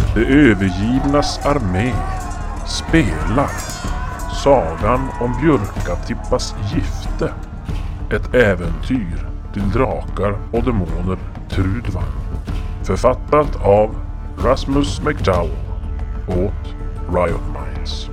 De övergivnas armé spelar sagan om Björkatippas gifte. Ett äventyr till drakar och demoner Trudvang. Författat av Rasmus McDowell åt Riot Minds.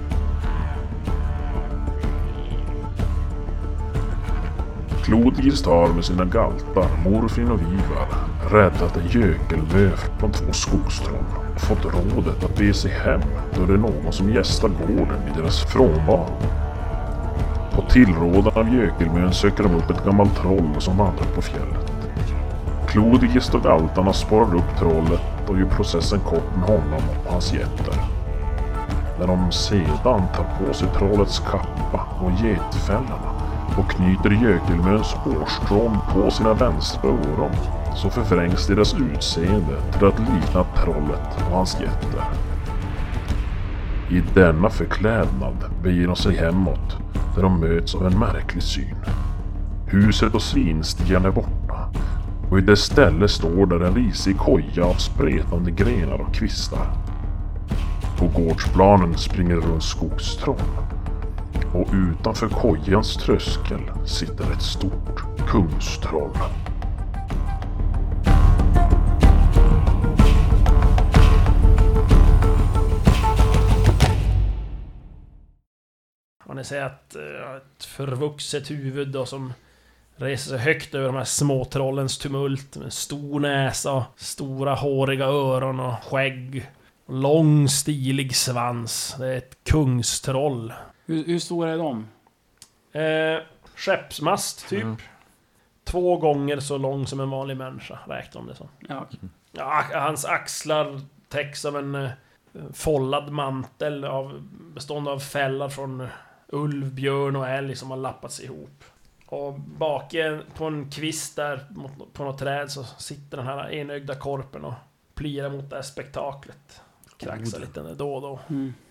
Clodigis har med sina galtar, Morfin och Vivar räddat en gökelvö från 2 skogstroll och fått rådet att be sig hem då det är någon som gästar gården i deras frånvaro. På tillrådan av gökelvön söker de upp ett gammalt troll som vandrar på fjället. Clodigis och galtarna sparar upp trollet och gör processen kort med honom och hans jätter. När de sedan tar på sig trollets kappa och getfällarna och knyter gökelmöns hårstrån på sina vänstra öron, så förvrängs deras utseende till att likna trollet och hans jätter. I denna förklädnad beger de sig hemåt, där de möts av en märklig syn. Huset och svinstigen är borta, och i dess ställe står där en risig koja av spretande grenar och kvistar. På gårdsplanen springer runt skogstroll, och utanför kojans tröskel sitter ett stort kungstroll. Man ser att ett förvuxet huvud då, som reser sig högt över de här små trollens tumult, med stor näsa, stora håriga öron och skägg, och lång stilig svans. Det är ett kungstroll. Hur stora är de? Skeppsmast typ. 2 gånger så lång som en vanlig människa, räknar de det som. Ja, okay. Ja, hans axlar täcks av en follad mantel bestående av fällar från ulv, björn och älg som har lappats ihop. Och bak på en kvist där på något träd så sitter den här enögda korpen och plirar mot det här spektaklet. Kraxar lite då och då.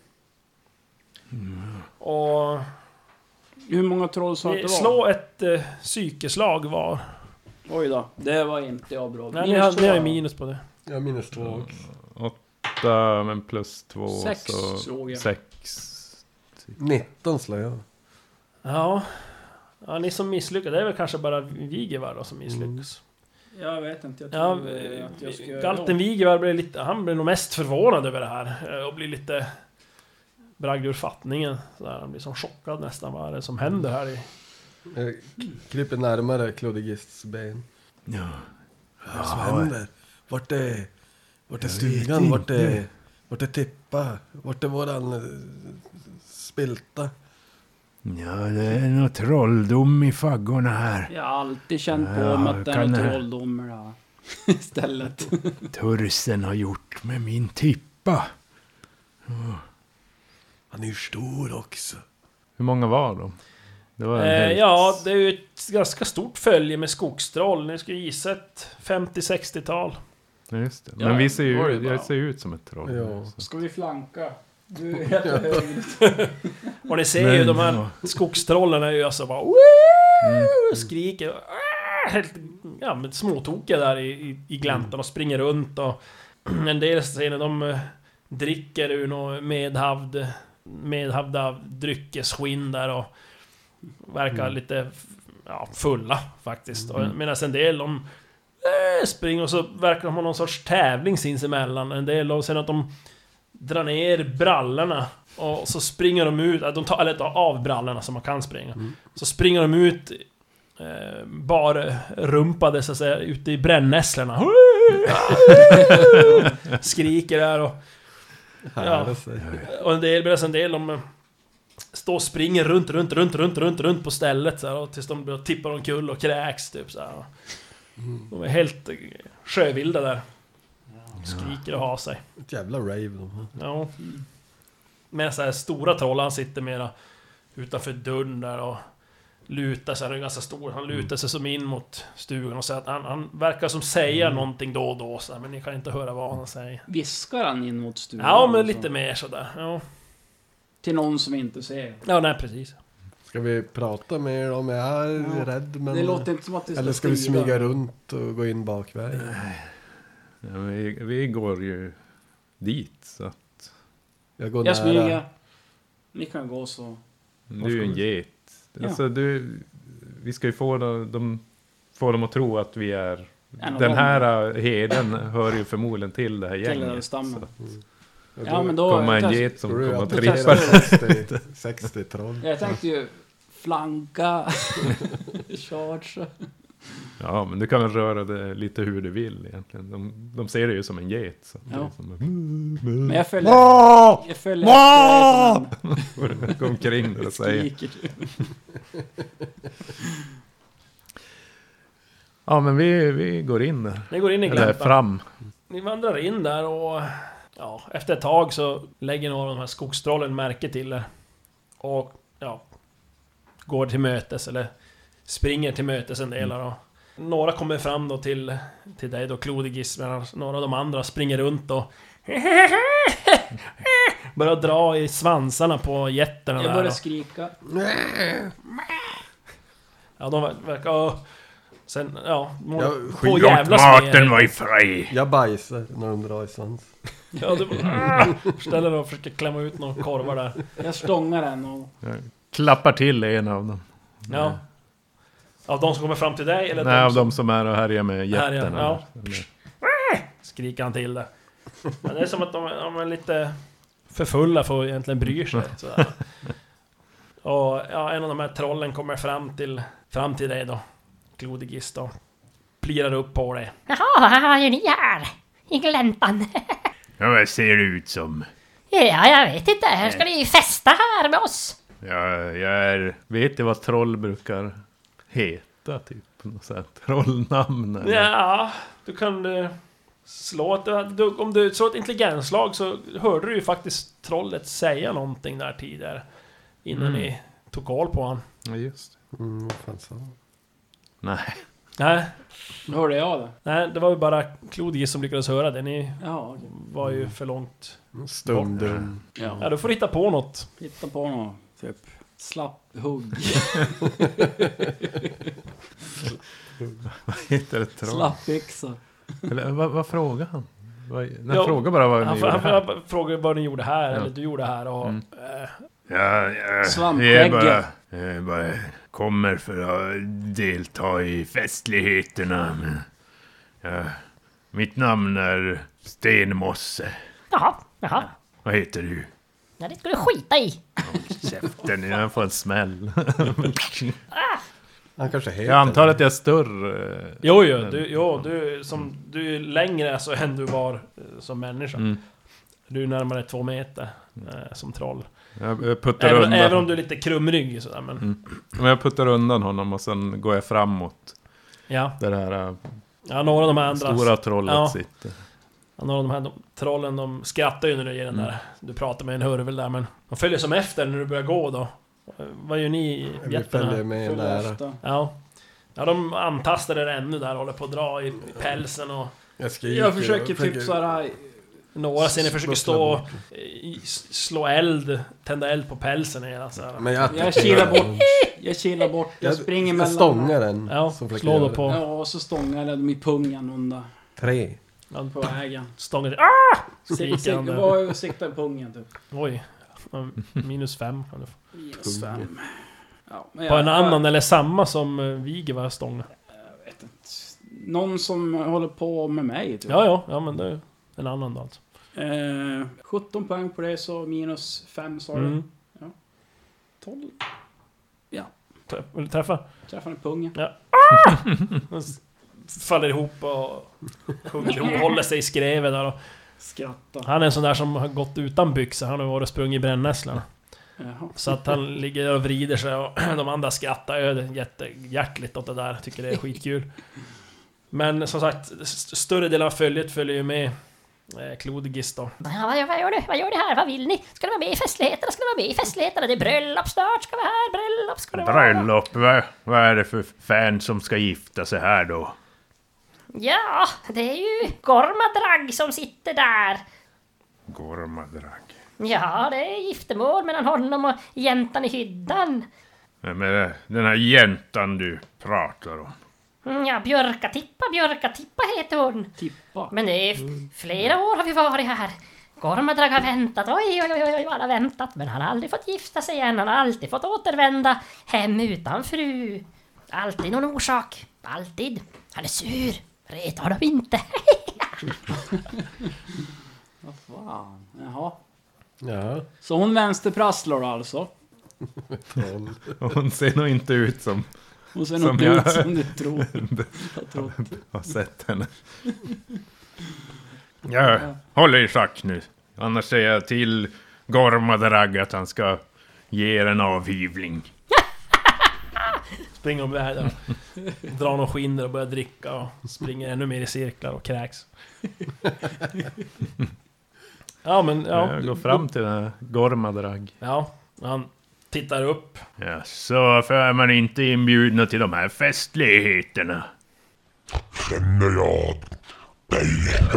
Och hur många troll sa att det var? Slå ett psykeslag var. Oj då, det var inte jag bra. Nej, ni har ju minus på det. Ja, minus 2. 8 men plus 2 6 så slog jag. 6. 19 slår jag. Ja, ni som misslyckas, det är väl kanske bara Vigevar då som misslyckas. Jag vet inte, jag tror att jag ska... Galten Vigevar han blir nog mest förvånad över det här och blir lite bragd ur fattningen. Så där, han blir som chockad nästan, vad är det som händer här i... Jag kryper närmare Clodigists ben. Ja. Vad som händer? Vart är stugan? Vart är Tippa? Vart är våran spilta? Ja, det är något trolldom i faggorna här. Jag har alltid känt på mig att det är något trolldom där istället. Tursen har gjort med min Tippa. Han är ju stor också. Hur många var de? Det var ja, det är ju ett ganska stort följe med skogstroll. Ni skulle gissa ett 50-60-tal. Ja, just det. Men vi ser ju, jag ser ut som ett troll. Ja. Ska vi flanka? Du är helt hög. Och ni ser ju de här skogstrollen är ju alltså bara skriker helt småtokiga där i gläntan och springer runt, och en del scener de dricker ur något medhavda dryckesskinn där och verkar lite fulla faktiskt. Medan en del de springer och så verkar de ha någon sorts tävling sinsemellan. En del och sen att de drar ner brallorna och så springer de ut, de tar av brallorna som man kan springa. Så springer de ut bara rumpade så att säga ute i brännässlorna. Skriker där och och en del de står och springer runt på stället så här, och tills de tippar omkull och kräks typ så här. De är helt sjövilda där. Skriker och har sig. Ett jävla rave de. Ja. Men så här stora troll, han sitter mera utanför dörren där och lutar sig, han är ganska stor. Han lutar sig som in mot stugan och säger att han verkar som säger någonting då och då så här, men ni kan inte höra vad han säger. Viskar han in mot stugan? Ja, men lite mer sådär. Ja. Till någon som inte ser. Ja, nej, precis. Ska vi prata med dem? Jag är rädd, men... Det låter inte som att det eller ska vi smyga runt och gå in bakvägen? Ja, vi går ju dit. Så att Jag går Jag nära. smyger. Ni kan gå så. du är ju en get. Alltså, vi ska ju få dem att tro att vi är... Den här heden hör ju förmodligen till det här Till den gänget. stammen. Jag Ja, går- men då... Kommer en jag, get som kommer att jag trippa. 60 troll. jag tänkte ju flanka. Charge. Ja, men du kan väl röra det lite hur du vill egentligen. De ser det ju som en get. Så det Ja. är som Men jag följer efter dig. gå omkring där och säger. Skriker du. Ja, men vi går in där. Ni går in i Eller gläntan. fram. Ni vandrar in där och... Ja, efter ett tag så lägger några av de här skogstrollen märke till er. Och ja... Går till mötes eller... Springer till mötes en del och... Några kommer fram då till dig då, Klodigis, medan några av de andra springer runt och... Börjar dra i svansarna på jätterna Jag där. börjar och- skrika. Ja, de verkar... Sen, ja... Jag På jävlas med er. var i frej. Jag bajsar när de drar i svans. Ja, du ställer dig och försöker klämma ut några korvar där. Jag stångar den och... Jag klappar till en av dem. Ja. Av de som kommer fram till dig eller Nej, av som... de som är och härjar med Härjar, jätterna. ja. Eller- Skriker han till det. Men det är som att de är lite för fulla för att egentligen bry sig. Sådär. Och ja, en av de här trollen kommer fram till dig då. Klodigis då. Plirar upp på dig. Jaha, vad gör ni här? I gläntan? Ja, vad ser det ut som? Ja, jag vet inte. Här ska ni festa här med oss. Jag Vet du vad troll brukar heta? Typ något sånt här trollnamn eller? Ja, du kan slå om du slår ett intelligensslag så hörde du ju faktiskt trollet säga någonting där tidigare. Innan ni tog koll på han. Ja, just det. Vad fan sa han? Nej. Nej, Då hörde jag det. nej, det var ju bara Klodigis som lyckades höra det. Ni Ja, okej. var ju för långt. Stunden. Ja, Ja. du får hitta på något. Hitta på något. Typ. Slapp hugg. Vad heter det? Troll? Slappyxa. Eller vad frågar han? Ja, Frågar bara vad ni gjorde här. Han frågade vad ni gjorde här, eller du gjorde här och... jag Svampskägget. bara kommer för att delta i festligheterna. Men, mitt namn är Stenmosse. Jaha. Vad heter du? Ja, det ska du skita i. Käften. Jag får en smäll. Han kanske heter... Jag antar att jag är större. Jo, du är längre så än du var som människa. Du är närmare 2 meter som troll. Jag puttar undan. Även om du är lite krumrygg sådär, men... Men jag puttar undan honom och sen går jag framåt. Ja. Där det här Ja, några av de här andra... stora trollet Ja. sitter. Ja, några av de här trollen, de skrattar ju när du ger den där... Du pratar med en hurvel där, men... De följer som efter när du börjar gå då. Vad gör ni, Vi jätterna? följer med Följ nära. efter. Ja. Ja, de antastar er ännu där, håller på att dra i pälsen och... Jag skriker. Jag försöker typ såhär... Några ser ni försöker Smussla stå bort. slå eld, tända eld på pälsen hela så här. Men Jag kilar bort. Jag kilar bort. Jag springer Jag mellan... stångar den. Ja, som försöker slå då göra på... Ja, och så stångar jag dem i pungen under. 3. På vägen. Stången... Skriker han Det där. var att sikta i pungen typ. Oj. -5 kan du få. Minus 5. Ja, men På en annan eller samma som Viger var stången. Jag vet inte. Någon som håller på med mig typ. Ja, men det är en annan då alltså. 17 poäng på det, så minus 5 sa du. Mm. 12. Vill du träffa? Träffar i pungen. Faller ihop och håller sig i skrevet där. Och Skrattar. han är en sån där som har gått utan byxor. Han har varit och sprungit i brännässlorna. Jaha. Så att han ligger och vrider sig och de andra skrattar jättehjärtligt åt det där. Tycker det är skitkul. Men som sagt, större delen av följet följer ju med Klodigis då. Ja, vad gör du? Vad gör du här? Vad vill ni? Ska du vara med i festligheterna? Ska du vara med i festligheterna? Det är bröllop snart. Ska vi här? Bröllop ska det vara. Bröllop, vad är det för fan som ska gifta sig här då? Ja, det är ju Gormadrag som sitter där. Gormadrag. Ja, det är giftermål mellan honom och jäntan i hyddan. Vem är den här jäntan du pratar om? Ja, Björkatippa heter hon. Tippa. Men det är flera år har vi varit här. Gormadrag har väntat, oj, vad har väntat. Men han har aldrig fått gifta sig än, han har alltid fått återvända hem utan fru. Alltid någon orsak, alltid. Han är sur, retar de inte. Vad fan, jaha. Ja. Så hon vänsterprasslar då alltså? Hon ser nog inte ut som Hon ser nog ut som du tror. Jag har sett henne. Ja, håll i schack nu. Annars säger jag till Gormadrag att han ska ge er en avhyvling. Springer och börjar dra någon skinner och börjar dricka och springer ännu mer i cirklar och kräks. Ja, men ja. Jag går fram till den här Gormadrag. Ja, han tittar upp. Ja, så för man inte inbjudna till de här festligheterna. Känner jag dig?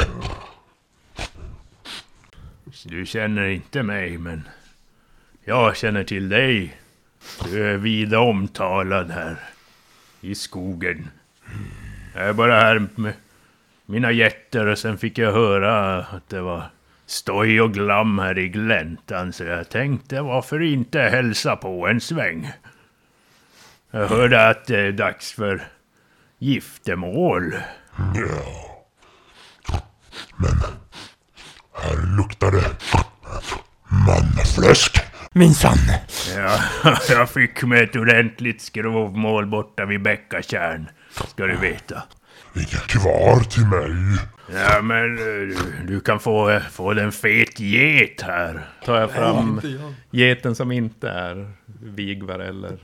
Du känner inte mig, men jag känner till dig. Du är vida omtalad här i skogen. Jag är bara här med mina jätter och sen fick jag höra att det var stoj och glam här i gläntan, så jag tänkte varför inte hälsa på en sväng. Jag hörde att det är dags för giftermål. Ja. Men här luktar det manfläsk. Minsann. Ja, jag fick med ett ordentligt skrovmål borta vid Bäckatjärn, ska du veta. Ligger kvar till mig. Ja, men du kan få den fet get här. Tar jag fram geten som inte är vigvar eller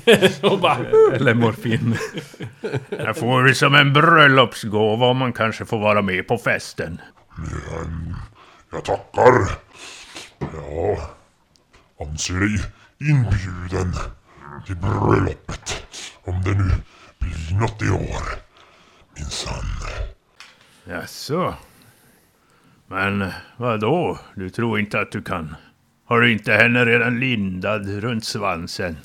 morfin. Jag får det som en bröllopsgåva om man kanske får vara med på festen. Ja, jag tackar. Ja, anser dig inbjuden till bröllopet. Om det nu blir något i år. Minsann. Jaså? Men vad då? Du tror inte att du kan? Har du inte henne redan lindad runt svansen?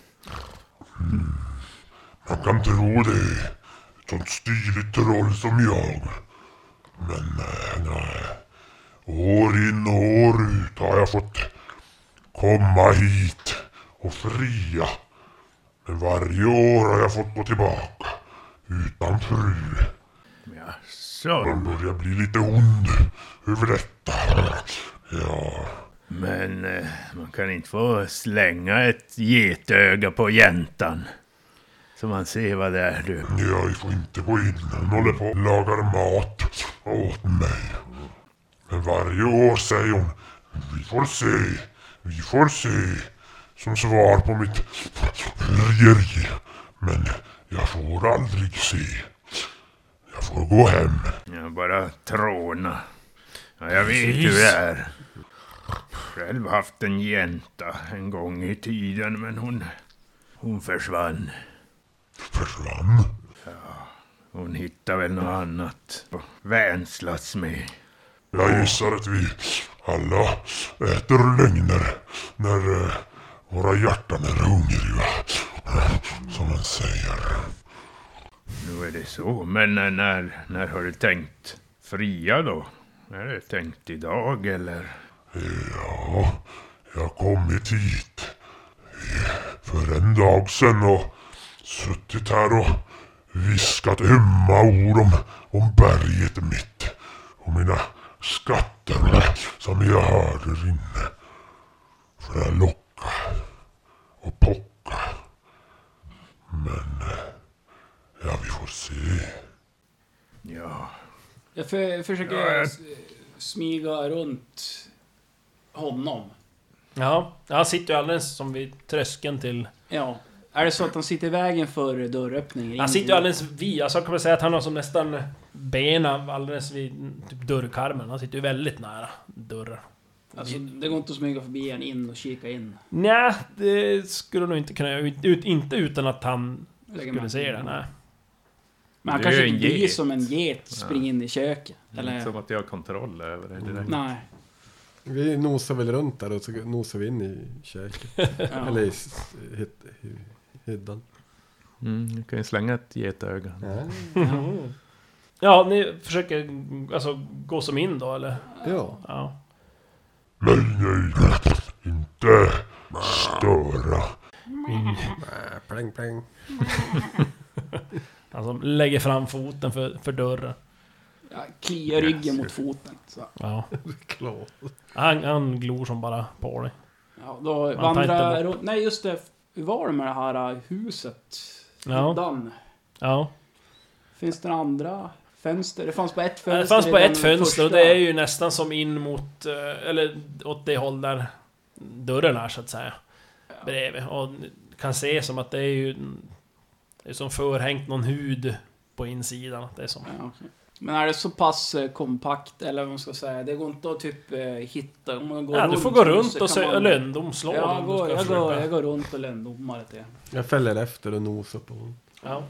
Man kan tro det. Ett sånt stiligt troll som jag. Men nej. År in och år ut har jag fått komma hit och fria. Men varje år har jag fått gå tillbaka. Utan fru. Jaså? Man börjar bli lite ond över detta. Ja. Men man kan inte få slänga ett getöga på jäntan. Så man ser vad det är, du. Jag får inte gå in. Hon håller på och lagar mat åt mig. Men varje år säger hon: vi får se. Som svar på mitt frieri. Men jag får aldrig se. Jag får gå hem. Jag bara tråna. Ja, jag vet hur det är. Själv haft en jänta en gång i tiden, men hon försvann. Försvann? Ja, hon hittade väl något annat på vänslas med. Jag gissar att vi alla äter lögner när våra hjärtan är hungriga. Som man säger. Nu är det så, men när har du tänkt fria då? Är det tänkt idag eller? Ja, jag har kommit hit för en dag sedan och suttit här och viskat ömma ord om berget mitt och mina skatter som jag hörde inne. För att locka och pocka. Men ja, vi får se. Ja. Jag försöker smyga runt honom. Ja, han sitter ju alldeles som vid tröskeln till... Ja. Är det så att han sitter i vägen för dörröppningen? Han sitter ju alldeles vid... Alltså jag kan väl säga att han har som nästan benen alldeles vid typ dörrkarmen. Han sitter ju väldigt nära dörren. Alltså det går inte att smyga förbi en in och kika in. Nej, det skulle nog inte kunna göra. Inte utan att han skulle se det, nej. Men han kanske inte blir som en get springer in i köket. Eller? Som att jag har kontroll över det direkt. Nej. Vi nosar väl runt där och så nosar vi in i köket. Ja. Eller i hyddan. Du kan ju slänga ett getöga. Ja, ni försöker alltså gå som in då, eller? Ja. Ja. Nej, inte störa. Pläng, pläng. Han som lägger fram foten för dörren. Jag kliar ryggen mot foten. Så. Ja. Klå. Han glor som bara på dig. Ja, då Man tar inte vandrar runt. Nej, just det. Hur var det med det här huset? Ja. Dan. Ja. Finns det några andra fönster? Det fanns bara ett fönster. Det fanns bara i den ett fönster och första. det är ju nästan som in mot, eller åt det håll där dörren är så att säga. Bredvid. Och kan se som att det är ju det är som förhängt någon hud på insidan. Det är som... Ja, okay. Men är det så pass kompakt, eller vad man ska säga, det går inte att typ hitta, om man går Ja, runt, du får gå runt så och kan man... löndomslå. Ja, jag går runt och löndomar det. Jag fäller efter och nosar på honom. Ja.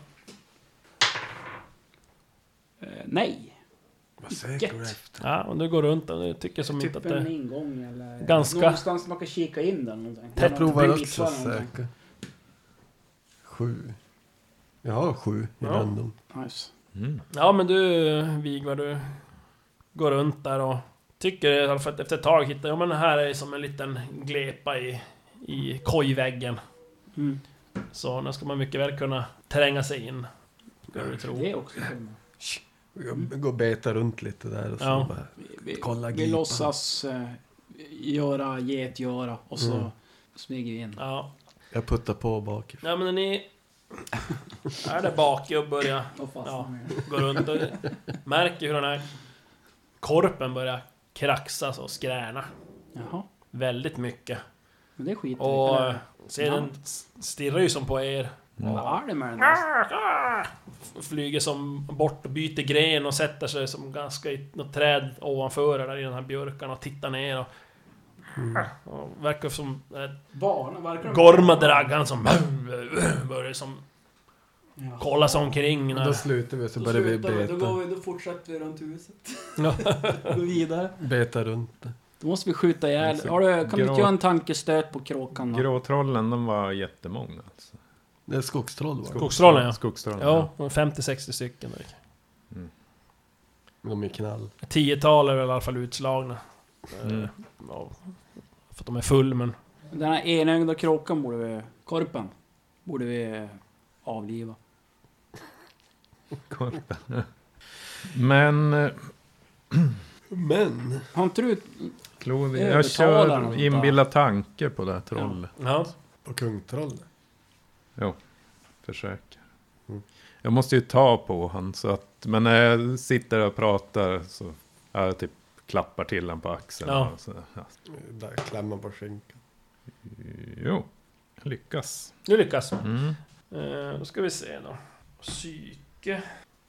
Nej. Vad säker du efter? Ja, och du går runt och du tycker som Typ inte att en det... ingång eller... Ganska- Någonstans man kan kika in där någonting. Jag provar Något också eller någonting. säker. 7. Jag har 7 i Ja. random. Nice. Ja, men du, Vigvar, du går runt där och tycker i alla fall att efter ett tag hittar... Ja, men här är som en liten glepa i kojväggen. Mm. Så nu ska man mycket väl kunna tränga sig in. Ska du tro. Det är också kul. Jag går och betar runt lite där och så Ja. bara... Vi Kolla vi glipan. låtsas göra och så smyger vi in. Ja. Jag puttar på bakifrån. Ja, men när ni är där bak och börjar Och fastnar Ja. med. gå runt och märker hur den här korpen börjar kraxas och skräna Jaha, väldigt mycket. men det skiter Och vi i. ser den stirrar ju som på er. Vad är det med den där? Flyger som bort och byter gren och sätter sig som ganska i något träd ovanför där i den här björkan och tittar ner och verkar som Barn, verkar de- gormadraggan som börjar som Ja. kolla sig omkring Då när... slutar vi och så Då börjar vi slutar vi, beta. då fortsätter vi runt huset. Ja. Gå vidare. Beta runt det. Då måste vi skjuta ihjäl. Så Kan du inte grå- göra en tankestöt på kråkan då? Gråtrollen, de var jättemånga alltså. Det är skogstroll va? Skogstrollen, ja. Skogstrollen, Ja, 50-60 stycken. Där. De är knall. 10-tal är väl i alla fall utslagna. Mm. Ja, för att de är full, men... Den här enögda kråkan borde vi... Korpen. Borde vi avliva. Korpen. Men... Men! Har inte du... Klod, jag Övertalar dem kör inbilla tanke på det här trollet. Ja. På kungtrollet. Jo, försöker. Mm. Jag måste ju ta på han så att... Men när jag sitter och pratar så... Jag typ klappar till han på axeln. Ja. Och så, ja. Där klämmer på skinkan. Jo, jag lyckas. Du lyckas. Mm. Då ska vi se då. Psyke.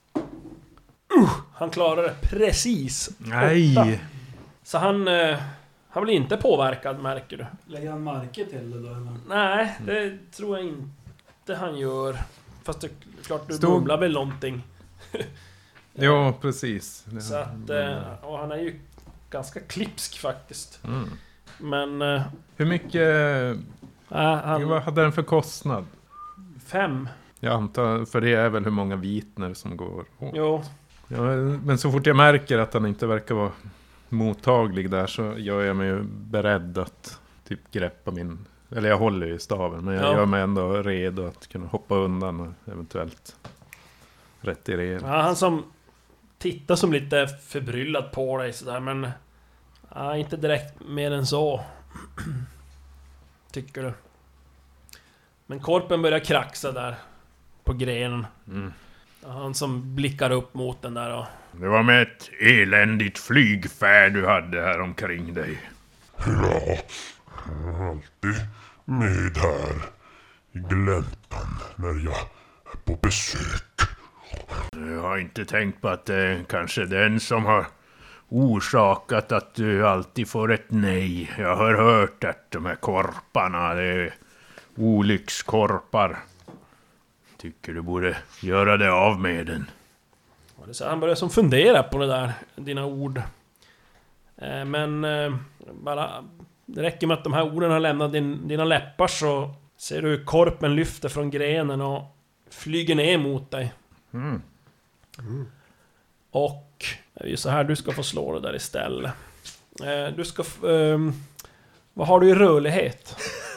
Han klarar det precis. Nej! 8. Så han blir inte påverkad, märker du. Lägger han marker till det då eller? Nej, det tror jag inte han gör. Fast det är klart, du Stod- mumlar väl någonting. Ja, precis. Så att, och han är ju ganska klipsk faktiskt. Mm. Men... Hur mycket... han... Vad hade den för kostnad? 5. Jag antar, för det är väl hur många vitner som går åt. Jo. Ja, men så fort jag märker att han inte verkar vara mottaglig där så gör jag mig ju beredd att typ greppa min... Eller jag håller ju i staven, men jag Ja. gör mig ändå redo att kunna hoppa undan och eventuellt retirera. Ja, han som tittar som lite förbryllad på dig sådär, men... Ja, inte direkt mer än så. Tycker du. Men korpen börjar kraxa där. På grenen. Mm. Han som blickar upp mot den där och... Det var med ett eländigt flygfärd du hade här omkring dig. Ja, jag är alltid med här i gläntan när jag är på besök. Jag har inte tänkt på att det är kanske den som har orsakat att du alltid får ett nej. Jag har hört att de här korparna, det är olyckskorpar. Tycker du borde göra det av med den. och det är så han börjar som fundera på det där, dina ord. Men bara... Det räcker med att de här orden har lämnat dina läppar så ser du hur korpen lyfter från grenen och flyger ner mot dig. Mm. Och det är ju så här du ska få slå det där istället. Du ska... vad har du i rörlighet?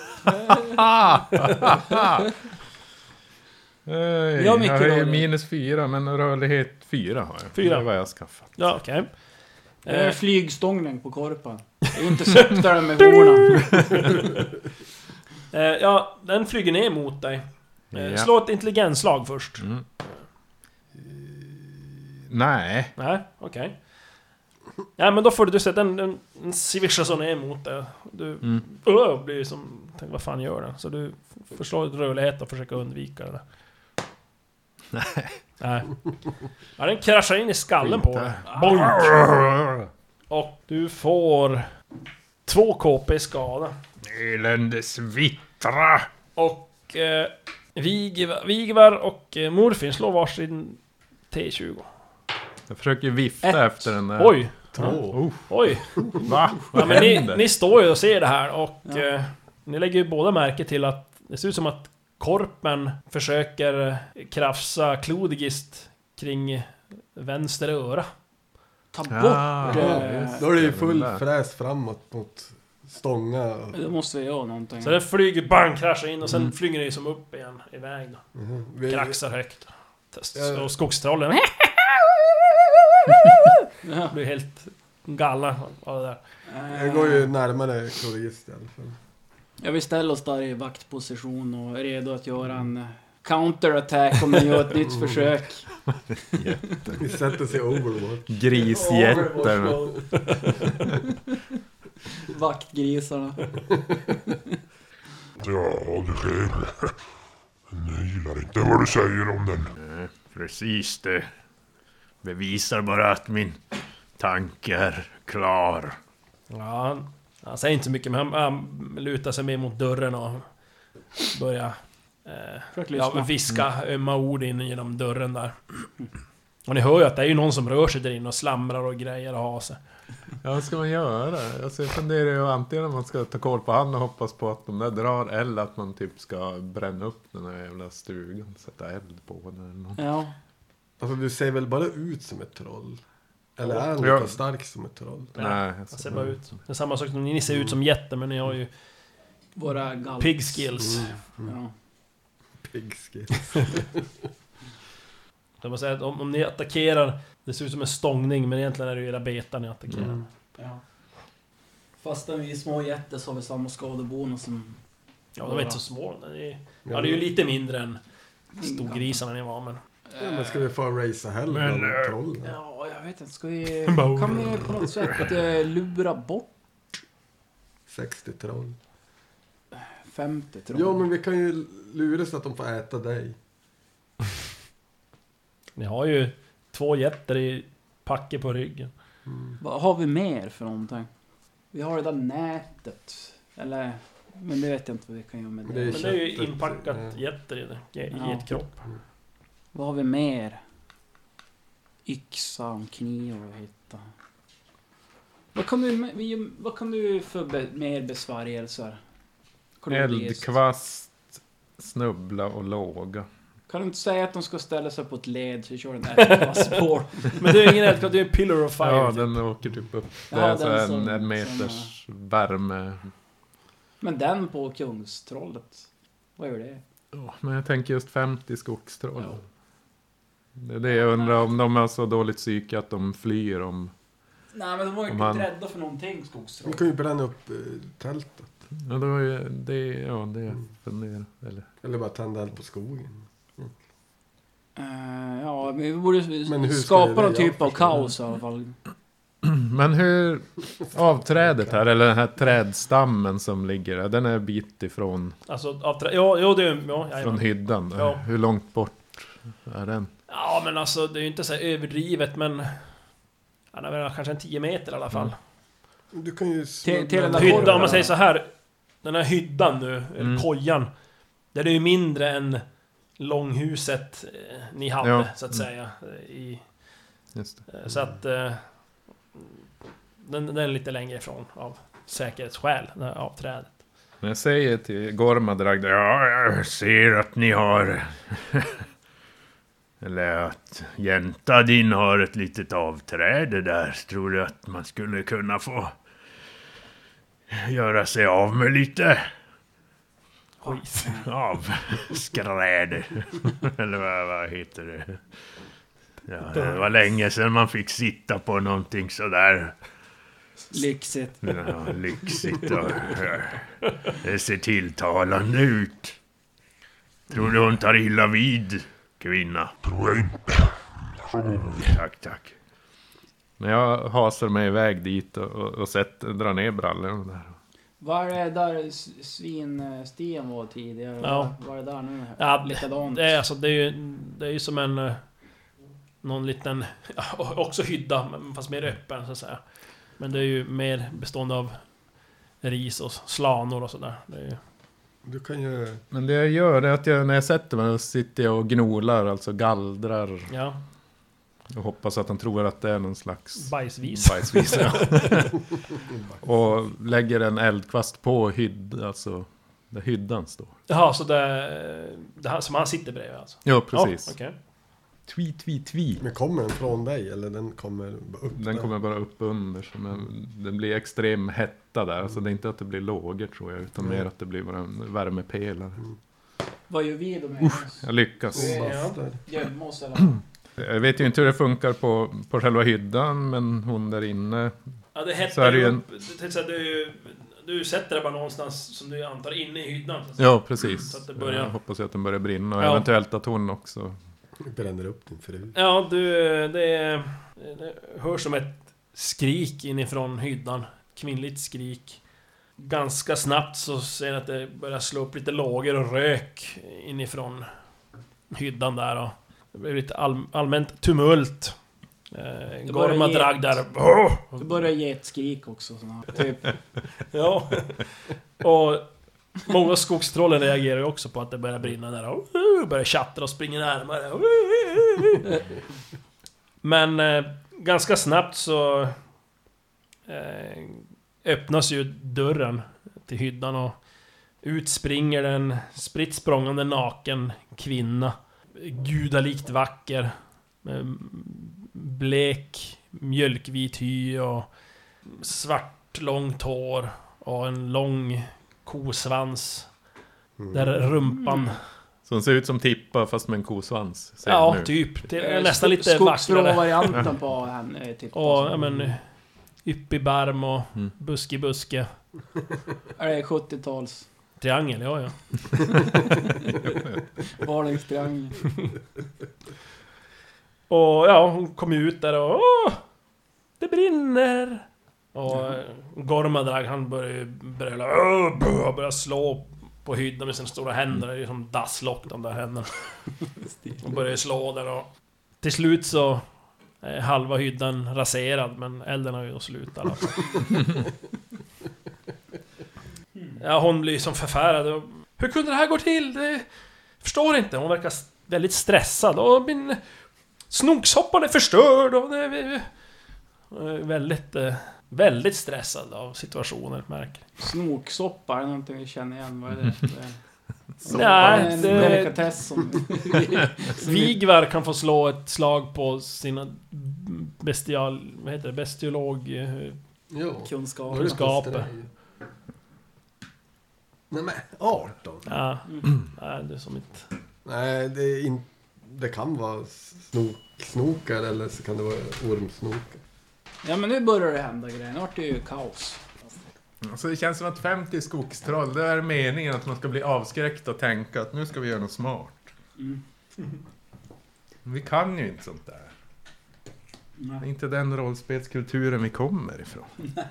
Jag har mycket har ju rörlighet. -4, men rörlighet 4 har jag. 4. Det är vad jag har skaffat. Ja, okej. Det är flygstångning på korpan. Det är inte söktar med horna. Ja, den flyger ner mot dig. Ja. Slå ett intelligensslag först. Nej. Nej, okej. Ja, men då får du se att den svischar så ner mot dig. Du blir som... Tänk, vad fan gör den? Så du förslår ett rörlighet och försöker undvika det där. Nej. Ja, den kraschar in i skallen på dig. Boink! Och du får 2 KP i skada. Eländesvittra! Och Vigvar och Morfin slår varsin T20. Jag försöker vifta efter den där. Oj! 2. Oj! Va? Ja, Vad men händer? ni står ju och ser det här och ni lägger ju båda märke till att det ser ut som att korpen försöker krafsa Klodigist kring vänster öra. Ta bort Då är det ju full fräs framåt mot stånga. Det måste vi göra någonting. Så den flyger, bang, kraschar in och sen flyger den ju som upp igen iväg då. Kraxar högt. Och skogstrollen blir helt galna av det där. Jag går ju närmare Klorist i alla fall. Jag vill ställa oss där i vaktposition och är redo att göra en counterattack om den gör ett nytt försök. Vi sätter sig overwatch. Grisjätter. Vaktgrisarna. Ja, du ser. Jag gillar inte vad du säger om den. Precis, det bevisar bara att min tanke är klar. Ja, han säger inte så mycket, men han lutar sig mer mot dörren och börjar viska ömma ord in genom dörren där. Och ni hör ju att det är ju någon som rör sig där inne och slamrar och grejer och har sig. Ja, vad ska man göra? Alltså, jag funderar ju antingen om man ska ta koll på han och hoppas på att de där drar, eller att man typ ska bränna upp den här jävla stugan, sätta eld på den eller något. Ja. Alltså du ser väl bara ut som ett troll? Eller är han lika stark som ett troll? Ja, Nej, han ser bara ut. Det är samma sak som ni ser ut som jätte, men ni har ju Våra galps. pig skills. Ja. Pig skills. Så man säger att om ni attackerar, det ser ut som en stångning, men egentligen är det ju era betar ni attackerar. Ja. Fastän vi är små jätter så har vi samma skadebonus som... Ja, de är inte så små. Det är ju lite mindre än storgrisarna ni var, men... Ja, men ska vi få racea hell bland troll? Ja, jag vet inte. Ska vi... Kan vi på något sätt lura bort 60 troll. 50 troll? Ja, men vi kan ju lura så att de får äta dig. Ni har ju 2 jätter i packe på ryggen. Vad har vi mer för någonting? Vi har det där nätet. Eller... Men det vet jag inte vad vi kan göra med det. Men det är ju inpackat jätter i det, i ett kropp. Vad har vi mer? Yxa, kniv och hitta. Vad kan du för mer besvärjelser? Eldkvast, snubbla och låga. Kan du inte säga att de ska ställa sig på ett led så vi kör en eldkvastspår? Men det är ingen eldkvast, det är en pillar of fire. Ja, typ. den åker typ upp. Det Ja, är så den som- en meters värme. Men den på kungstrollet, vad gör det? Ja, men jag tänker just 50 skogstroll. Det är det jag undrar, om de har så dåligt psyke att de flyr om... Nej, men de var ju Om inte han- rädda för någonting, Vi skogstroll. kan ju bränna upp tältet. Ja, det var ju det, ja, det jag funderar. Eller bara tända eld på skogen. Ja, vi borde Men hur ska skapa det- någon typ jag av förstår. kaos i alla fall. Men hur... Avträdet här, eller den här trädstammen som ligger där, den är en bit ifrån Alltså, ja, det är... Ja, från jajamän. hyddan. Ja. Hur långt bort är den? Ja, men alltså, det är ju inte så här överdrivet, men... Han är väl kanske en 10 meter i alla fall. Du kan ju... Till den där Hyddan, korven. om man säger så här. Den här hyddan nu, eller kojan. Där det är ju mindre än långhuset ni hade, Ja. så att säga. Just det. Så att... Den är lite längre ifrån av säkerhetsskäl, det här avträdet. Men jag säger till Gormadrag, Ja, jag ser att ni har... Eller att jänta din har ett litet avträde där. Tror du att man skulle kunna få göra sig av med lite Skit. av skräde. Eller vad heter det? Ja, det var länge sedan man fick sitta på någonting sådär. Lyxigt. Ja, lyxigt och det ser tilltalande ut. Tror du hon tar illa vid, kvinna? Tror jag inte. Tack. Men jag hasar mig iväg dit och drar ner brallorna där. Var det där svinstien var tidigare? Ja. Var det där nu? Ja, Likadant. det är ju som en... någon liten... Ja, också hydda, men fast mer öppen så att säga. Men det är ju mer bestående av ris och slanor och sådär. Det är ju... Du kan ju... Men det jag gör är att när jag sätter mig sitter jag och gnolar, alltså gallrar. Ja, Och hoppas att han tror att det är någon slags bajsvis. ja. Och lägger en eldkvast på alltså där hyddan står. Jaha, så det här som han sitter bredvid alltså? Ja, precis. Ja, okej. Tvi. Men kommer den från dig eller den kommer upp Den där? kommer bara upp under. Så den blir extrem hetta där. Alltså det är inte att det blir lågor tror jag. Utan mer att det blir bara en värmepelare. Vad gör vi då med Jag lyckas. gömma oss eller? Jag vet ju inte hur det funkar på själva hyddan. Men hon där inne. Ja, det Så är hettar det ju ju upp. Du sätter det bara någonstans som du antar inne i hyddan. Ja, precis. Så att det börjar... Jag hoppas att den börjar brinna. Och Ja. eventuellt att hon också. Bränner upp din fru. Ja, det hörs som ett skrik inifrån hyddan. Kvinnligt skrik. Ganska snabbt så ser jag att det börjar slå upp lite lågor och rök inifrån hyddan där. Och det blir lite allmänt tumult. Gorma drag där. Du börjar ge ett skrik också. Såna, typ. Ja. Och många skogstrollen reagerar ju också på att det börjar brinna där. Och börjar tjattra och springer närmare. Men ganska snabbt så öppnas ju dörren till hyddan och ut springer en spritt språngande naken kvinna. Gudalikt vacker. Med blek, mjölkvit hy och svart långt hår och en lång kosvans. Där rumpan... Så hon ser ut som Tippa fast med en kosvans. ser Ja, jag nu. typ. Det är nästan lite vackrare. Skogsvrå-varianten på henne. Typ, Och, men... Yppig barm och buske. Är det 70-tals? Triangel, ja. Varningstriangel. Och ja, hon kom ut där och... Åh, det brinner! Och Gormadrag, han börjar ju börja slå på hyddan med sina stora händer. Det är ju som dasslock, de där händerna. Hon börjar slå där och... Till slut så... är halva hyddan raserad, men elden har ju slut alltså. Ja, hon blir som förfärad. Och, hur kunde det här gå till? Det förstår inte. Hon verkar väldigt stressad. Och min snoksoppan är förstörd. Och det är väldigt stressad av situationen, märker. Snoksoppa, är det någonting vi känner igen? Vad är det? Nej, en det... delikatess som... Vigvar kan få slå ett slag på sina bestiolog... kunskap. Kunskaper. Nej men 18. Ja, nej, det är som ett... Nej, det kan vara snokar eller så kan det vara ormsnokar. Ja, men nu börjar det hända grejer. Nu är det ju kaos. Så det känns som att 50 skogstroll, det är meningen att man ska bli avskräckt och tänka att nu ska vi göra något smart. Vi kan ju inte sånt där. Det är inte den rollspelskulturen vi kommer ifrån.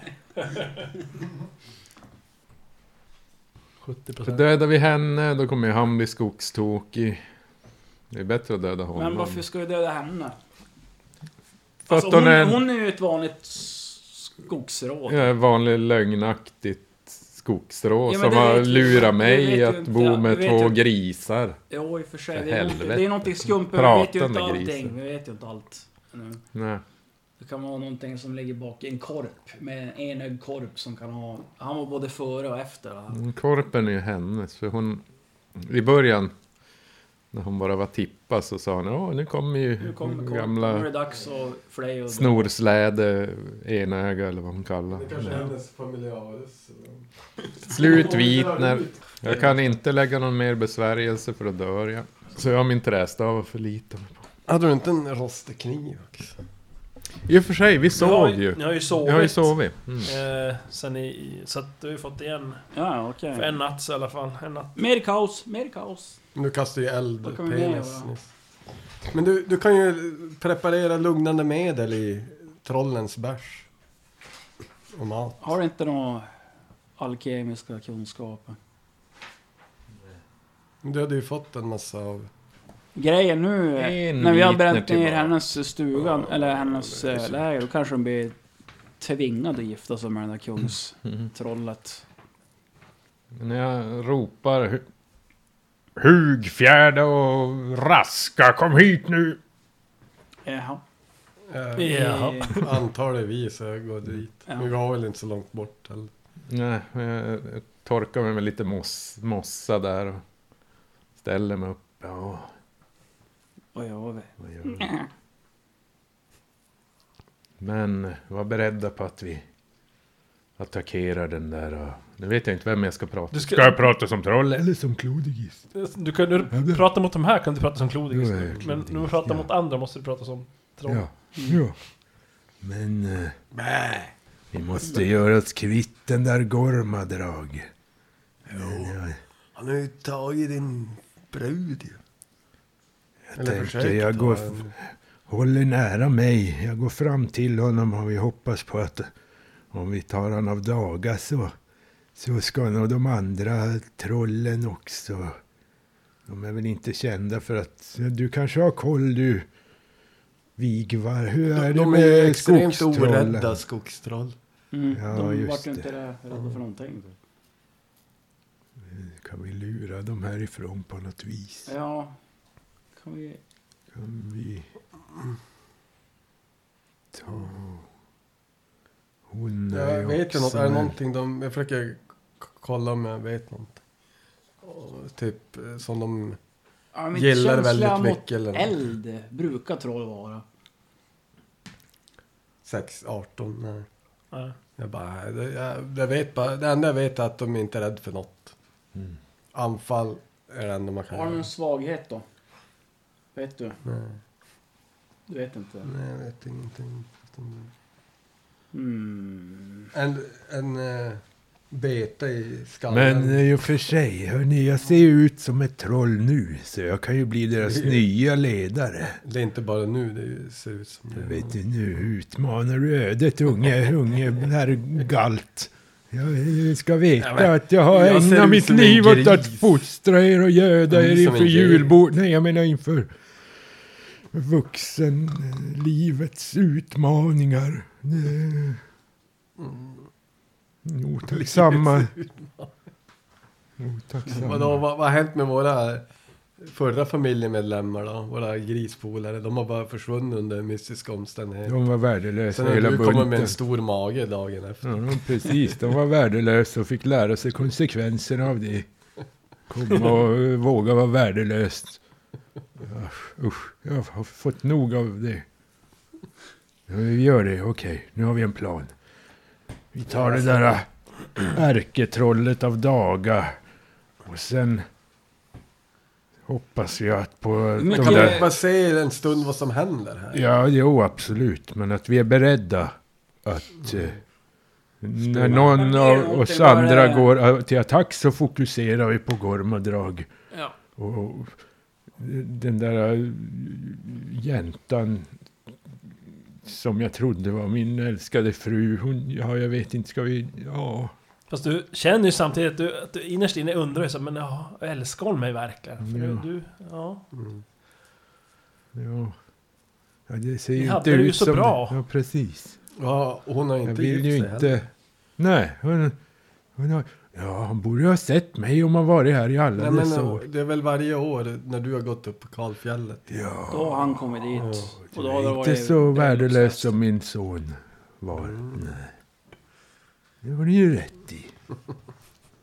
70%. För dödar vi henne, då kommer ju han bli skogstokig. Det är bättre att döda honom. Men varför ska vi döda henne? För Alltså, att hon hon är ju ett vanligt skogsråd. är vanlig lögnaktigt skogsrå Ja, men som det har vet vi- lurat det mig vet ju att inte bo jag. med Det vet 2 ju- grisar. Jo, i och för sig. För Det är, helvete. det är någonting skumt. Vi vet ju inte Pratande allting. grisar. Vi vet ju inte allt. Nu. Nej. Det kan vara någonting som ligger bak i en korp. Med en enögd korp som kan ha... Han var både före och efter. Va? Korpen är ju hennes. För hon... I början... När hon bara var tippad så sa han, nu kommer ju Nu är gamla det dags för dig att... snorsläde enöga eller vad hon kallar. Det kanske är hennes familiaris. Slut vitner. Jag kan inte lägga någon mer besvärjelse för att dör jag. Så jag har min trästav att förlita mig på. Hade du inte en rostig kniv också? I och för sig, vi sov ju. Ni har ju sovit. Jag har ju sovit. Sen så att du har ju fått igen Ja, okej. för en natt i alla fall. En natt. Mer kaos. Nu kastar ju eld Vad kan vi mer penis göra? nyss. Men du kan ju preparera lugnande medel i trollens bärs. Och mat. Har du inte några alkemiska kunskaper? Du hade ju fått en massa av... Grejen nu, En när vi har vitner bränt ner tillbaka. hennes stuga, eller hennes läger, då kanske de blir tvingade att gifta sig med den där kungstrollet. När jag ropar Hugfjärda och Raska, kom hit nu! Jaha. Jaha. Antar det vi så jag går dit. Ja. Men vi har väl inte så långt bort heller. Nej, jag torkar mig med lite mossa där och ställer mig upp. Ja, Vad gör vi? vad gör vi? Men var beredda på att vi attackerar den där. Nu vet jag inte vem jag ska prata. Ska jag prata som troll eller som klodigist? Du kan prata mot de här kan du prata som klodigist. Jo, Men när du pratar mot andra måste du prata som troll. Ja. Men vi måste göra oss kvitt den där Gormadrag. Han har ju tagit din brud ju. Jag tänker, håller nära mig. Jag går fram till honom och vi hoppas på att om vi tar han av daga så ska nog de andra trollen också. De är väl inte kända för att... Du kanske har koll du, Vigvar. Hur är det De är med ju extremt skogstrollen? orädda skogstroll. Ja, De just vart ju det. inte rädda för någonting. Kan vi lura dem härifrån på något vis? Ja. Kan vi... Kan vi ta... Hon är Jag vet ju något. också Är det en- någonting jag försöker kolla om jag vet något. Och typ som de Ja, mitt gillar känsla väldigt mot mycket. Eller eld brukar troll vara. 6, 18, nej. Ja. Jag vet bara, det enda jag vet är att de inte är rädda för något. Mm. Anfall är det enda man kan Har de en göra. svaghet då? Vet du? Nej, Du vet inte? nej, jag vet ingenting. Mm. En beta i skallen. Men i och för sig, hörni, jag ser ju ut som ett troll nu, så jag kan ju bli deras nya ledare. Det är inte bara nu det ser ut som det. Vet du, nu utmanar du ödet, unge här galt. Jag ska veta att jag har jag ser ägnat ut mitt som en liv åt gris. att fostra er och göda er Som en inför gris. julbord. Nej, jag menar inför vuxenlivets utmaningar. Otacksamma. Vadå, vad har hänt med våra förra familjemedlemmar då? Våra grispolare. De har bara försvunnit under mystiska omständigheter. De var värdelösa Sen när hela du kommer med bunten. en stor mage dagen efter. Ja, precis. De var värdelösa och fick lära sig konsekvenserna av det. Komma och våga vara värdelöst. Usch, jag har fått nog av det. Ja, vi gör det, okej. Nu har vi en plan. Vi tar det där ärketrollet av daga. Och sen hoppas jag att på Men de Kan där... vi bara se en stund vad som händer här? Ja, jo, absolut. Men att vi är beredda att... när någon av oss andra går till attack så fokuserar vi på Gormadrag. Ja. Och den där jäntan som jag trodde var min älskade fru. Hon, ja, jag vet inte, ska vi... Ja. Fast du känner ju samtidigt att du innerst inne undrar så, men ja, älskar hon mig verkligen? För Ja. ja. Ja. Ja, det ser Ni ju hade inte det ju ut så som... bra. Ja, precis. Ja, och hon har Jag inte vill ju gift sig inte... heller. Nej, hon har... Ja, han borde ju ha sett mig om han varit här i alla Nej, dessa men år. det är väl varje år när du har gått upp på Kalfjället. Ja, Då har han kommit dit. det Och då har det var varit... inte så värdelös det som min son var. Nej. Det var det ju rätt i.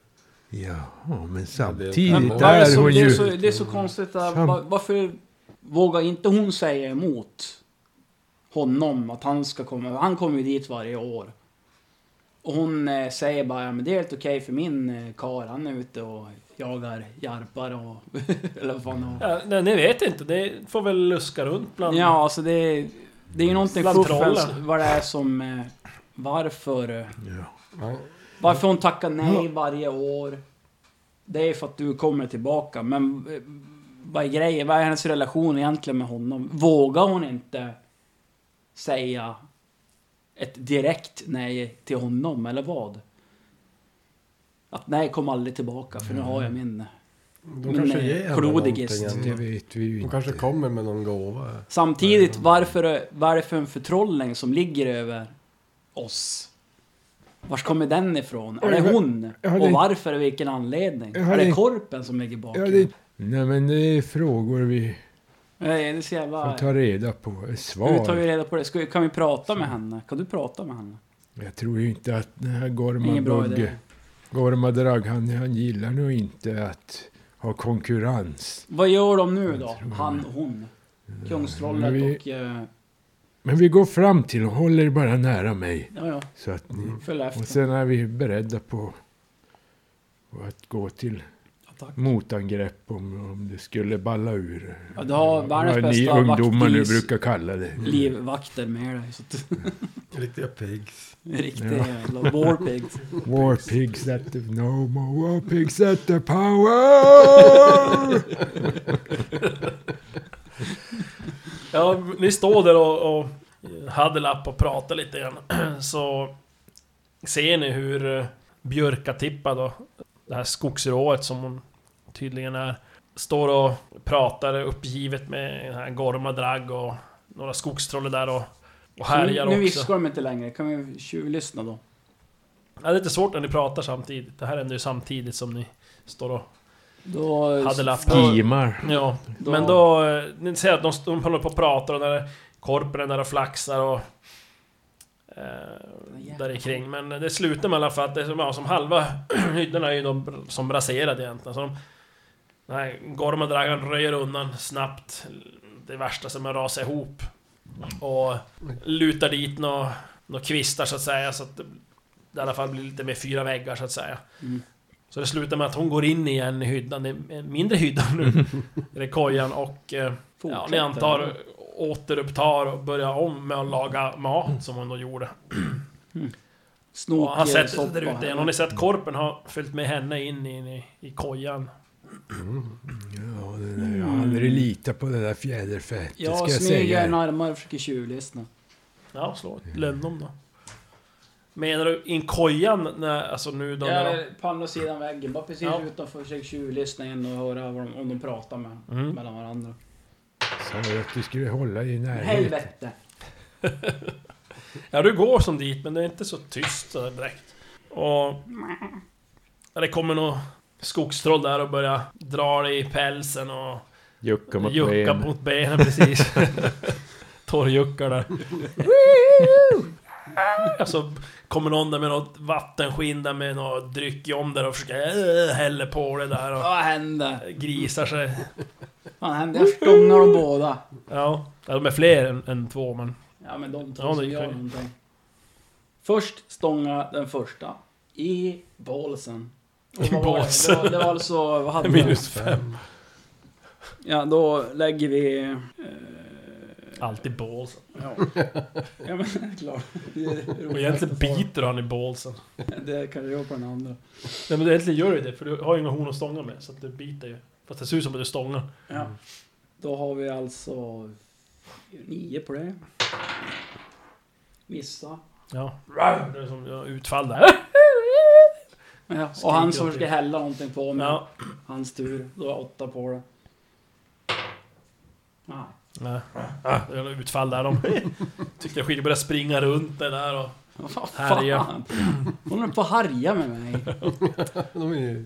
Jaha, men Men samtidigt vad Vad är det är som- hon det, är ju... så, det är så konstigt att, varför vågar inte hon säga emot honom att han ska komma? Han kommer ju dit varje år. Och hon säger bara, ja, men det är helt okej för min karl, han är ute och jagar jarpar och eller vad fan. Och, Ja, nej, ni vet inte, det får väl luska runt bland... ja, alltså det är ju någonting Bland fuffens trollen. vad det är som varför Ja. varför hon tackar nej varje år. Det är för att du kommer tillbaka, men vad är grejen? Vad är hennes relation egentligen med honom? Vågar hon inte säga ett direkt nej till honom, eller vad? Att nej, kom aldrig tillbaka, för nu har jag min De kanske ger henne klodigist. någonting Det ändå. vet vi ju De inte. kanske kommer med någon gåva. Samtidigt, varför är det för en förtrollning som ligger över oss? Vars kommer den ifrån? Är det hon? jag hade- Och varför? Och vilken anledning? jag Är hade- det korpen som ligger bakom? Nej, men det är frågor vi Nej, det är så får jävla... ta reda på. Nu tar vi Svar. reda på det. Kan vi prata med henne? Kan du prata med henne? Jag tror ju inte att den här Ingen bra idé. Gormadrag, han gillar nog inte att ha konkurrens. Vad gör de nu då? tror Han och hon. Men Kungstrollet vi- och... Men vi går fram till och håller bara nära mig. Ja, Så att ni, följ efter. och sen är vi beredda på att gå till Attack. motangrepp om det skulle balla ur. Ja, du har världens Vad ni bästa ungdomar nu vaktis- brukar kalla det. Livvakter med dig. Så att, Riktiga pigs. riktiga jävla warpigs. War pigs at the... No more war pigs at the power! Ja, ni står där och hade lapp och pratar lite grann. Så ser ni hur Björkatippa då, det här skogsrået som hon tydligen är, står och pratar uppgivet med den här Gormadrag och några skogstroller där och härjar Nu också. viskar de inte längre. Kan vi tjuvlyssna då? Ja, det är lite svårt när ni pratar samtidigt. Det här händer ju samtidigt som ni står och Då... hade lapp. Skimar. Ja, Då- men då... Ni ser att de håller på och pratar och när korpen är där och flaxar och... där kring. Men det slutar med i alla fall att det är som halva hyddorna är ju de som raserade egentligen. Så nej, Gormadragan röjer undan snabbt det värsta som är rasar ihop. Och lutar dit några kvistar så att säga. Så att det i alla fall blir lite mer 4 väggar så att säga. Mm. Så det slutar med att hon går in igen i hyddan. Det är en mindre hydda nu. I kojan och... ja, ni Fortsätter. antar återupptar och börjar om med att laga mat som hon då gjorde. Och han sätter sig där ute igen. Och ni ser att korpen har följt med henne in i kojan. Ja, det där, jag har aldrig litat på det där fjäderfätet, ska Jag jag smyger säga. en armar och försöker tjuvlyssna. Ja, slå ett lönnum då. Menar du in kojan när, alltså nu då? Jag När de, är på andra sidan väggen, bara precis Ja. utanför, försöker tjuvlyssna in och höra vad om de pratar med mellan varandra. Sa jag att du skulle hålla i närheten. Helvete! ja, du går som dit, men det är inte så tyst så där direkt. Och... Ja, det kommer nog skogstroll där och börjar dra dig i pälsen och... Jucka mot Jucka ben. mot benen, precis. Torrjuckar där. Alltså kommer någon där med något vattenskinn där med något dryck i om där och försöker hälla på det där och Vad hände? grisar sig. Vad hände? Jag stångar dem båda. Ja, de är fler än 2 men... Ja, men de två Ja, som det gör kan ju- någonting. Först stånga den första. I bålsen. Och I vad var det? bålsen. Det var alltså... Vad hade -5. Ja, då lägger vi... Alltid bålsen. Ja, ja men klart. Det är roligt. Och egentligen biter han i bålsen. Det kan du göra på den andra. Nej men det egentligen gör ju det, för du har ju inga horn att stånga med, så att det biter ju. Fast det ser ut som att du stångar. Ja. Då har vi alltså 9 på det. Missa. Ja. Det är som utfall där. Ja. Och han som Skriker försöker hälla någonting på mig. Ja. Hans tur. Då är 8 på det. Ah. Nej. Det är utfall där. De tyckte jag skit började springa runt det där och... Vad Härja. fan? Hon är på att harja med mig. De är ju...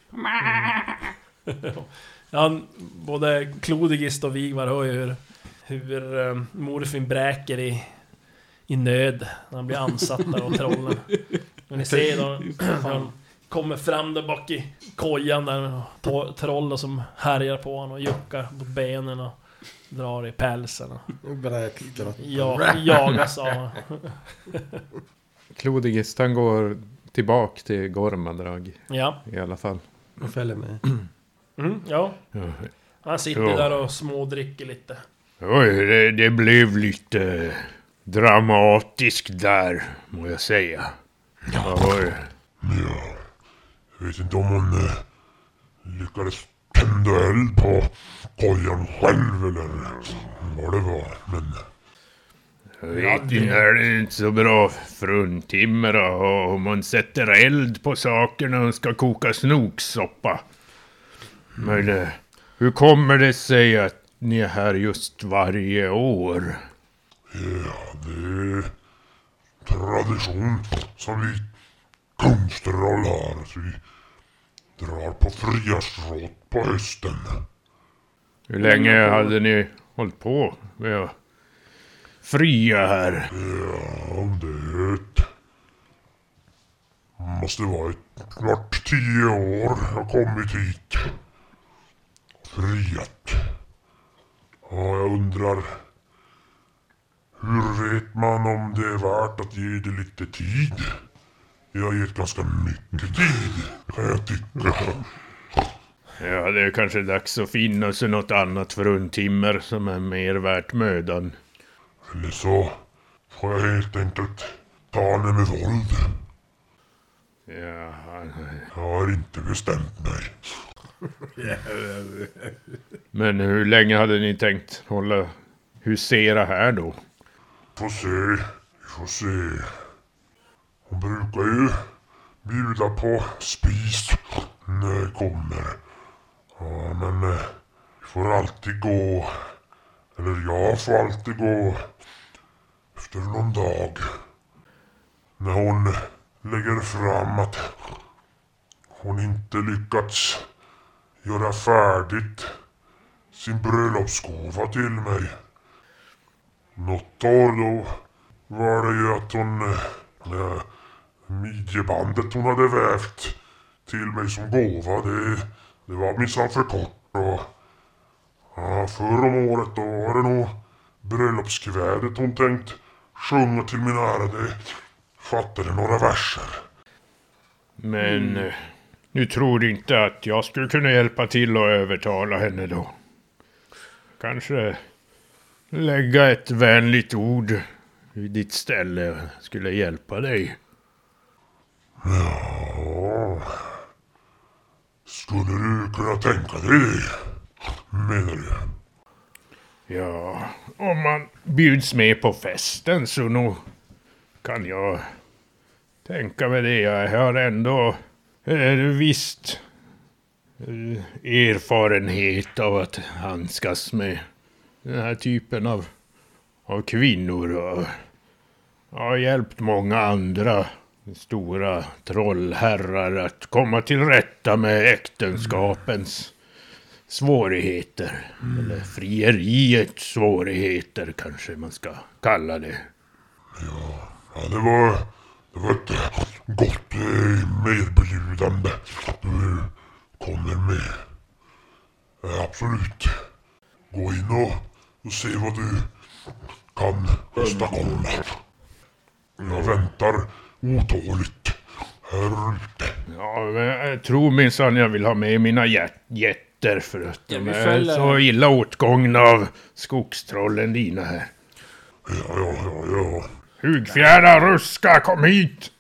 Ja, både Klodigist och Vigvar hör ju hur Morfin bräker i nöd när han blir ansatt av trollen. Men ni ser då kommer fram där bak i kojan där. Och troll då, som härjar på honom och juckar mot benen och drar i pälsen. Och jagas av. Klodigist, han går tillbaka till Gormadrag. Ja. I alla fall. Jag följer med. Ja. Han sitter där och smådricker lite. Oj, det blev lite dramatiskt där, må jag säga. Oj. Jag vet inte om hon lyckades tända eld på kojan själv eller vad det var, men... Jag vet inte, är det inte så bra fruntimmer om man sätter eld på sakerna och ska koka snoksoppa. Men hur kommer det sig att ni är här just varje år? Ja, det är tradition som vi kungstroll har. Så vi drar på friarsråt på hösten. Hur länge hade ni hållit på med att fria här? Ja, det måste vara snart 10 år jag kommit hit. Friat. Ja, jag undrar... Hur vet man om det är värt att ge det lite tid? Jag har gett ganska mycket tid, kan jag tycka. Ja, det är kanske dags att finna sig något annat fruntimmer som är mer värt mödan. Eller så får jag helt enkelt ta henne med våld. Ja, Jag har inte bestämt mig. men hur länge hade ni tänkt husera här då? Vi får se. Hon brukar ju bjuda på spis när jag kommer. Ja, men vi får alltid gå. Eller jag får alltid gå efter någon dag. När hon lägger fram att hon inte lyckats göra färdigt sin bröllopsgåva till mig. Något år då var det ju att hon... midjebandet hon hade vävt till mig som gåva, det var minsann för kort. Och, ja, förra om året då var det nog bröllopskvädet hon tänkt sjunga till min ärade. Fattade några verser. Men nu tror du inte att jag skulle kunna hjälpa till att övertala henne då? Kanske lägga ett vänligt ord i ditt ställe skulle hjälpa dig. Ja, skulle du kunna tänka dig det, menar du? Ja, om man bjuds med på festen så nog kan jag tänka mig det. Jag har ändå visst erfarenhet av att handskas med den här typen av kvinnor. Och jag har hjälpt många andra stora trollherrar att komma till rätta med äktenskapens svårigheter. Eller frieriets svårigheter kanske man ska kalla det. Ja, det var ett gott medbjudande. Du kommer med. Absolut. Gå in och se vad du kan åstadkomma. Jag väntar otåligt här ute. Ja, men jag tror minsann jag vill ha med mina jätter för att de är så illa åtgångna av skogstrollen dina här. Ja. Hugfjärda ruska, kom hit!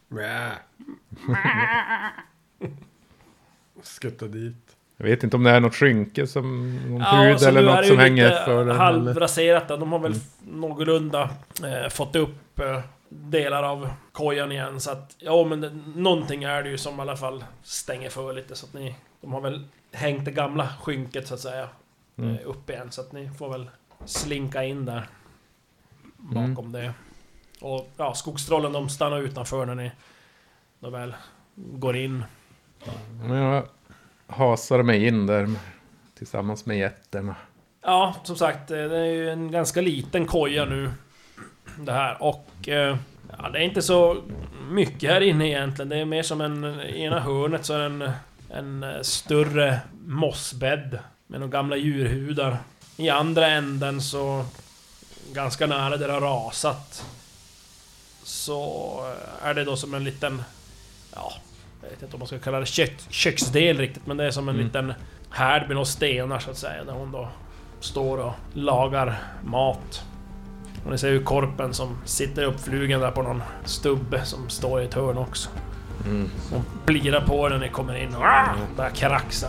Skutta dit. Jag vet inte om det är något skynke som någon Ja, hud eller något som hänger för den. Halvraserat. De har väl någorlunda fått upp delar av kojan igen. Så att, ja, men någonting är det ju som i alla fall stänger för lite. Så att de har väl hängt det gamla skynket så att säga upp igen. Så att ni får väl slinka in där bakom det. Och ja, skogstrollen de stannar utanför när ni då väl går in. Men jag hasar mig in där tillsammans med jätterna. Ja, som sagt, det är ju en ganska liten koja nu det här. Och Ja, det är inte så mycket här inne egentligen. Det är mer som i ena hörnet så är det en större mossbädd med några gamla djurhudar. I andra änden så, ganska nära där det har rasat, så är det då som en liten, ja, jag vet inte om man ska kalla det köksdel riktigt, men det är som en liten härd med några stenar så att säga, där hon då står och lagar mat. Och ni ser ju korpen som sitter uppflugen där på någon stubbe som står i ett hörn också. Hon plirar på när ni kommer in och börjar kraxa.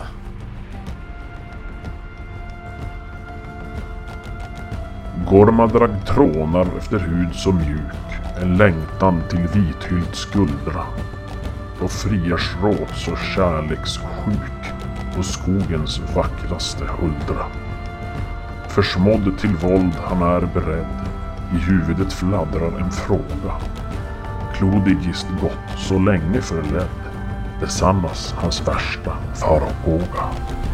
Gormadrag trånar efter hud så mjuk, en längtan till vithylt skuldra. Och Friarsråd så kärlekssjuk på skogens vackraste huldra. Försmådd till våld han är beredd, i huvudet fladdrar en fråga. Klodigist gott så länge förledd, besannas hans värsta farhåga.